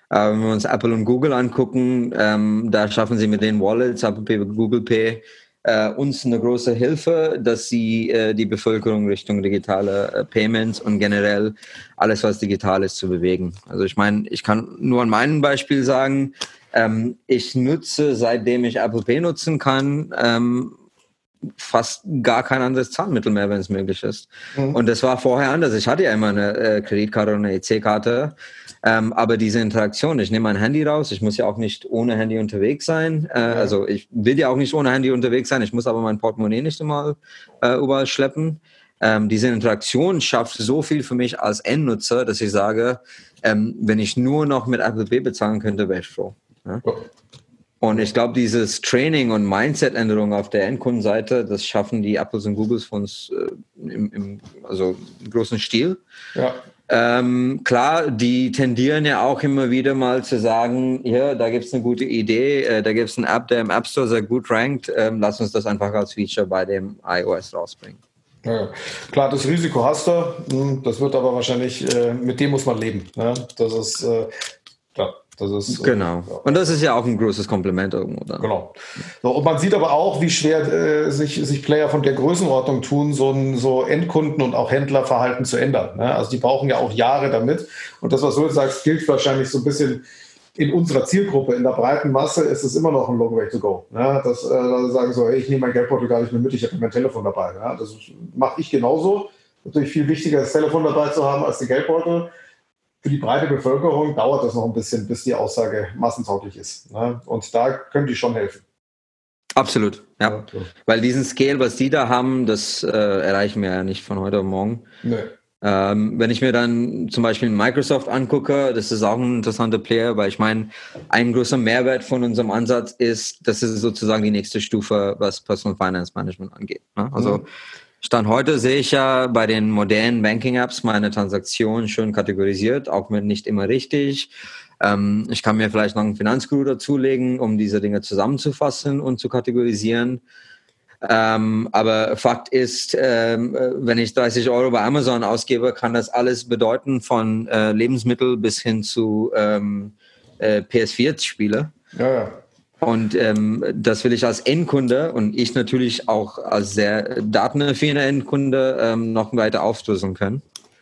Äh, wenn wir uns Apple und Google angucken, ähm, da schaffen sie mit den Wallets, Apple Pay, Google Pay, äh, uns eine große Hilfe, dass sie äh, die Bevölkerung Richtung digitale äh, Payments und generell alles, was digital ist, zu bewegen. Also ich meine, ich kann nur an meinem Beispiel sagen, ähm, ich nutze, seitdem ich Apple Pay nutzen kann, ähm, fast gar kein anderes Zahlmittel mehr, wenn es möglich ist. Mhm. Und das war vorher anders. Ich hatte ja immer eine äh, Kreditkarte und eine E C-Karte, ähm, aber diese Interaktion, ich nehme mein Handy raus, ich muss ja auch nicht ohne Handy unterwegs sein, äh, ja. also ich will ja auch nicht ohne Handy unterwegs sein, ich muss aber mein Portemonnaie nicht immer äh, überall schleppen. Ähm, diese Interaktion schafft so viel für mich als Endnutzer, dass ich sage, ähm, wenn ich nur noch mit Apple Pay bezahlen könnte, wäre ich froh. Ja? Ja. Und ich glaube, dieses Training und Mindset-Änderung auf der Endkundenseite, das schaffen die Apples und Googles von uns äh, im, im, also im großen Stil. Ja. Ähm, klar, die tendieren ja auch immer wieder mal zu sagen, ja, da gibt es eine gute Idee, äh, da gibt es eine App, der im App Store sehr gut rankt, ähm, lass uns das einfach als Feature bei dem iOS rausbringen. Ja, klar, das Risiko hast du, das wird aber wahrscheinlich, äh, mit dem muss man leben. Ne? Das ist, äh, klar. Das ist, genau. Äh, ja. Und das ist ja auch ein großes Kompliment irgendwo. Da. Genau. So, und man sieht aber auch, wie schwer äh, sich, sich Player von der Größenordnung tun, so ein so Endkunden- und auch Händlerverhalten zu ändern. Ne? Also die brauchen ja auch Jahre damit. Und das, was du jetzt sagst, gilt wahrscheinlich so ein bisschen in unserer Zielgruppe. In der breiten Masse ist es immer noch ein long way to go. Ne? Dass äh, Leute sagen so, hey, ich nehme mein Geldbeutel gar nicht mehr mit, ich habe mein Telefon dabei. Ja? Das mache ich genauso. Natürlich viel wichtiger, das Telefon dabei zu haben als den Geldbeutel. Für die breite Bevölkerung dauert das noch ein bisschen, bis die Aussage massentauglich ist. Ne? Und da können die schon helfen. Absolut, ja. ja so. Weil diesen Scale, was die da haben, das äh, erreichen wir ja nicht von heute auf morgen. Nee. Ähm, wenn ich mir dann zum Beispiel Microsoft angucke, das ist auch ein interessanter Player, weil ich meine, ein großer Mehrwert von unserem Ansatz ist, das ist sozusagen die nächste Stufe, was Personal Finance Management angeht. Ne? Also mhm. Stand heute sehe ich ja bei den modernen Banking-Apps meine Transaktionen schön kategorisiert, auch wenn nicht immer richtig. Ähm, ich kann mir vielleicht noch einen Finanzguru dazulegen, um diese Dinge zusammenzufassen und zu kategorisieren. Ähm, aber Fakt ist, ähm, wenn ich dreißig Euro bei Amazon ausgebe, kann das alles bedeuten, von äh, Lebensmittel bis hin zu ähm, äh, P S vier Spiele. Ja, ja. Und ähm, das will ich als Endkunde und ich natürlich auch als sehr datenaffiner Endkunde ähm, noch weiter aufdröseln können.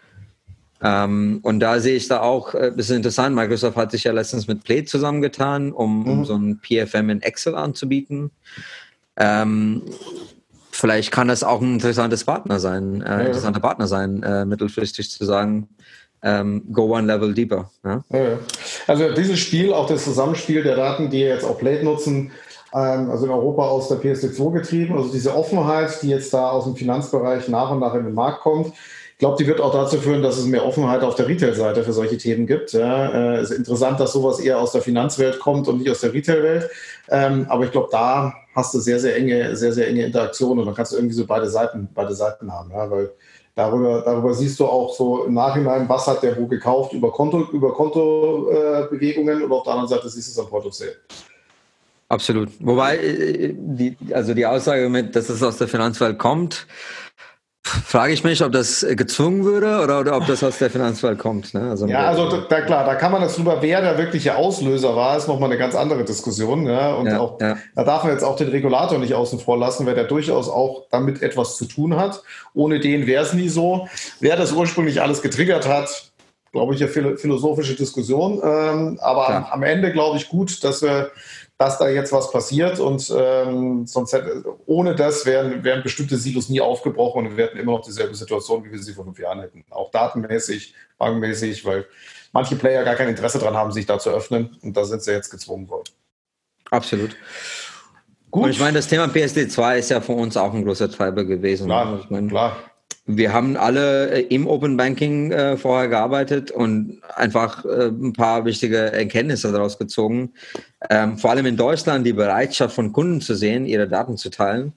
Ähm, und da sehe ich da auch, äh, das ist interessant, Microsoft hat sich ja letztens mit Play zusammengetan, um, mhm. um so ein P F M in Excel anzubieten. Ähm, vielleicht kann das auch ein interessantes Partner sein, äh, ja, interessanter ja. Partner sein, äh, mittelfristig zu sagen, Um, go one level deeper. Ja? Ja, also dieses Spiel, auch das Zusammenspiel der Daten, die jetzt auch Plate nutzen, ähm, also in Europa aus der P S D zwei getrieben, also diese Offenheit, die jetzt da aus dem Finanzbereich nach und nach in den Markt kommt, ich glaube, die wird auch dazu führen, dass es mehr Offenheit auf der Retail-Seite für solche Themen gibt. Ja, äh, ist interessant, dass sowas eher aus der Finanzwelt kommt und nicht aus der Retail-Welt. Ähm, aber ich glaube, da hast du sehr, sehr enge, sehr, sehr enge Interaktion und dann kannst du irgendwie so beide Seiten, beide Seiten haben, ja, weil Darüber, darüber siehst du auch so im Nachhinein, was hat der wo gekauft über Konto, über Kontobewegungen äh, und auf der anderen Seite siehst du es am Point of Sale. Absolut. Wobei, die, also die Aussage mit, dass es aus der Finanzwelt kommt, frage ich mich, ob das gezwungen würde oder, oder ob das aus der Finanzwelt kommt. Ne? Also ja, also da, klar, da kann man das drüber, wer der wirkliche Auslöser war, ist nochmal eine ganz andere Diskussion. Ja? Und ja, auch, ja. da darf man jetzt auch den Regulator nicht außen vor lassen, weil der durchaus auch damit etwas zu tun hat. Ohne den wäre es nie so. Wer das ursprünglich alles getriggert hat, glaube ich, eine philosophische Diskussion. Ähm, aber am, am Ende glaube ich gut, dass wir dass da jetzt was passiert und ähm, sonst hätte, ohne das wären, wären bestimmte Silos nie aufgebrochen und wir hätten immer noch dieselbe Situation, wie wir sie vor fünf Jahren hätten. Auch datenmäßig, bankmäßig, weil manche Player gar kein Interesse daran haben, sich da zu öffnen und da sind sie jetzt gezwungen worden. Absolut. Gut. Und ich meine, das Thema P S D zwei ist ja für uns auch ein großer Treiber gewesen. Klar, ich meine, klar. Wir haben alle im Open Banking äh, vorher gearbeitet und einfach äh, ein paar wichtige Erkenntnisse daraus gezogen. Ähm, vor allem in Deutschland die Bereitschaft von Kunden zu sehen, ihre Daten zu teilen.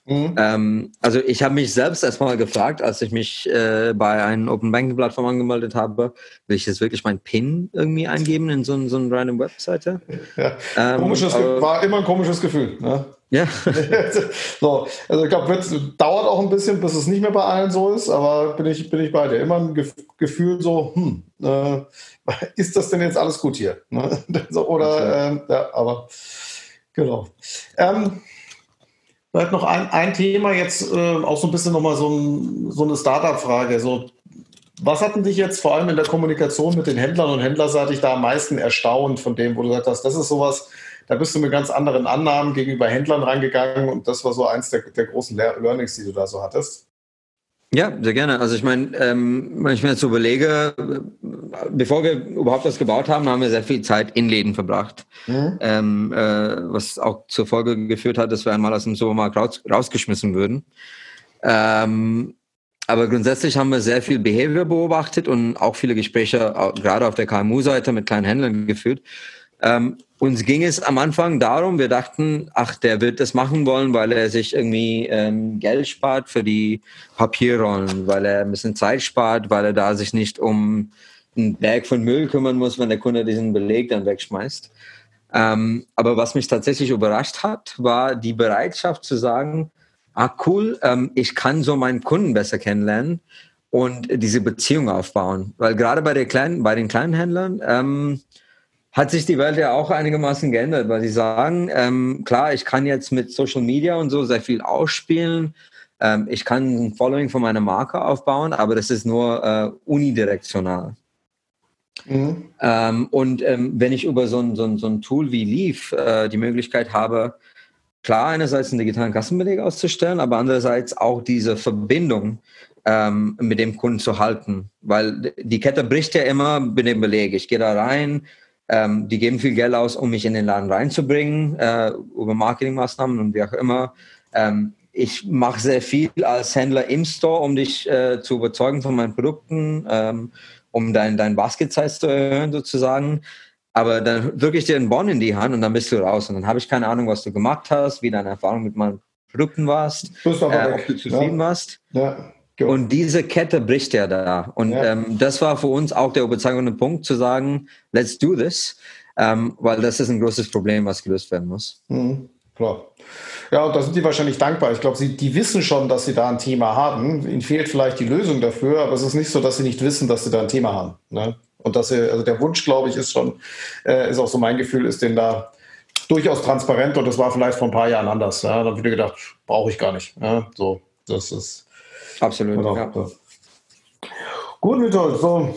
Mhm. Ähm, also ich habe mich selbst erstmal gefragt, als ich mich äh, bei einer Open Banking Plattform angemeldet habe, will ich jetzt wirklich meinen PIN irgendwie eingeben in so, ein, so eine random Webseite? Ja. Ähm, komisches, aber, war immer ein komisches Gefühl. Ne? Ja. So, also ich glaube, es dauert auch ein bisschen, bis es nicht mehr bei allen so ist, aber bin ich, bin ich bei dir. Immer ein Gef- Gefühl so, hm, äh, ist das denn jetzt alles gut hier? Ne? So, oder, ähm, ja, aber genau. Ähm, vielleicht noch ein, ein Thema jetzt, äh, auch so ein bisschen nochmal so, ein, so eine Startup-Frage. So, was hat denn dich jetzt vor allem in der Kommunikation mit den Händlern und händlerseitig da am meisten erstaunt von dem, wo du gesagt hast, das ist sowas, da bist du mit ganz anderen Annahmen gegenüber Händlern reingegangen und das war so eins der, der großen Learnings, die du da so hattest? Ja, sehr gerne. Also ich meine, ähm, wenn ich mir jetzt so überlege, bevor wir überhaupt was gebaut haben, haben wir sehr viel Zeit in Läden verbracht. Mhm. Ähm, äh, was auch zur Folge geführt hat, dass wir einmal aus dem Supermarkt raus, rausgeschmissen würden. Ähm, aber grundsätzlich haben wir sehr viel Behavior beobachtet und auch viele Gespräche, gerade auf der K M U-Seite mit kleinen Händlern geführt. Ähm, uns ging es am Anfang darum, wir dachten, ach, der wird das machen wollen, weil er sich irgendwie ähm, Geld spart für die Papierrollen, weil er ein bisschen Zeit spart, weil er da sich nicht um einen Berg von Müll kümmern muss, wenn der Kunde diesen Beleg dann wegschmeißt. Ähm, aber was mich tatsächlich überrascht hat, war die Bereitschaft zu sagen, ah cool, ähm, ich kann so meinen Kunden besser kennenlernen und diese Beziehung aufbauen. Weil gerade bei, der kleinen, bei den kleinen Händlern ähm, hat sich die Welt ja auch einigermaßen geändert, weil sie sagen, ähm, klar, ich kann jetzt mit Social Media und so sehr viel ausspielen, ähm, ich kann ein Following von meiner Marke aufbauen, aber das ist nur äh, unidirektional. Mhm. Ähm, und ähm, wenn ich über so ein, so ein, so ein Tool wie Leaf äh, die Möglichkeit habe, klar, einerseits einen digitalen Kassenbeleg auszustellen, aber andererseits auch diese Verbindung ähm, mit dem Kunden zu halten. Weil die Kette bricht ja immer mit dem Beleg. Ich gehe da rein, ähm, die geben viel Geld aus, um mich in den Laden reinzubringen, äh, über Marketingmaßnahmen und wie auch immer. Ähm, ich mache sehr viel als Händler im Store, um dich äh, zu überzeugen von meinen Produkten, ähm, um dein, dein Basket-Size zu erhöhen sozusagen. Aber dann drücke ich dir einen Bon in die Hand und dann bist du raus. Und dann habe ich keine Ahnung, was du gemacht hast, wie deine Erfahrung mit meinen Produkten warst, äh, ob du zufrieden ja. warst. Ja. Genau. Und diese Kette bricht ja da. Und ja. ähm, das war für uns auch der überzeugende Punkt, zu sagen, let's do this, ähm, weil das ist ein großes Problem, was gelöst werden muss. Mhm. Klar. Ja, und da sind die wahrscheinlich dankbar. Ich glaube, sie, die wissen schon, dass sie da ein Thema haben. Ihnen fehlt vielleicht die Lösung dafür, aber es ist nicht so, dass sie nicht wissen, dass sie da ein Thema haben. Ne? Und dass sie, also der Wunsch, glaube ich, ist schon, äh, ist auch so mein Gefühl, ist denen da durchaus transparent und das war vielleicht vor ein paar Jahren anders. Ja? Da habe ich mir gedacht, brauche ich gar nicht. Ja? So, das ist absolut. Genau, ja. so. Gut, Vitol, so.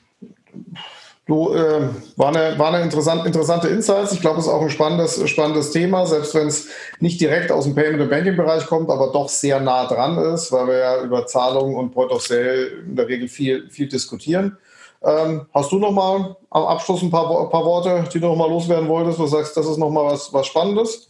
Du, äh, war eine, war eine interessant, interessante Insights. Ich glaube, es ist auch ein spannendes, spannendes Thema, selbst wenn es nicht direkt aus dem Payment- und Banking-Bereich kommt, aber doch sehr nah dran ist, weil wir ja über Zahlungen und Point of Sale in der Regel viel, viel diskutieren. Ähm, hast du noch mal am Abschluss ein paar, ein paar Worte, die du noch mal loswerden wolltest? Du sagst, das ist noch mal was, was Spannendes?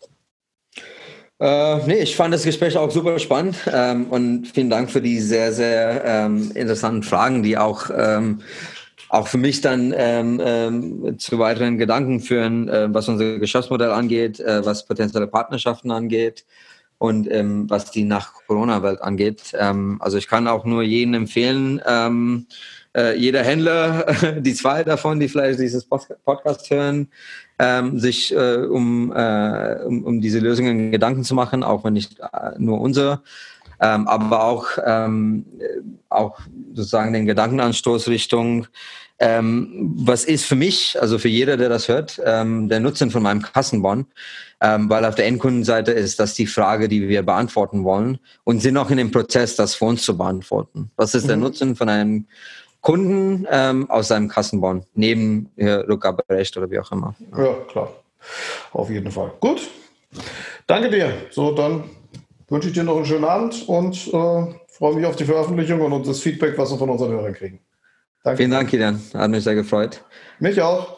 Äh, nee, ich fand das Gespräch auch super spannend ähm, und vielen Dank für die sehr, sehr ähm, interessanten Fragen, die auch ähm, auch für mich dann ähm, ähm, zu weiteren Gedanken führen, äh, was unser Geschäftsmodell angeht, äh, was potenzielle Partnerschaften angeht und ähm, was die Nach-Corona-Welt angeht. Ähm, also ich kann auch nur jedem empfehlen, ähm, äh, jeder Händler, die zwei davon, die vielleicht dieses Podcast hören, ähm, sich äh, um, äh, um, um diese Lösungen Gedanken zu machen, auch wenn nicht äh, nur unsere. Ähm, aber auch, ähm, auch sozusagen den Gedankenanstoß Richtung, ähm, was ist für mich, also für jeder, der das hört, ähm, der Nutzen von meinem Kassenbon, ähm, weil auf der Endkundenseite ist das die Frage, die wir beantworten wollen und sind auch in dem Prozess, das für uns zu beantworten. Was ist der mhm. Nutzen von einem Kunden ähm, aus seinem Kassenbon, neben äh, Rückgaberecht oder wie auch immer? Ja. ja, klar. Auf jeden Fall. Gut. Danke dir. So, dann wünsche ich dir noch einen schönen Abend und äh, freue mich auf die Veröffentlichung und das Feedback, was wir von unseren Hörern kriegen. Danke. Vielen Dank, Kilian. Hat mich sehr gefreut. Mich auch.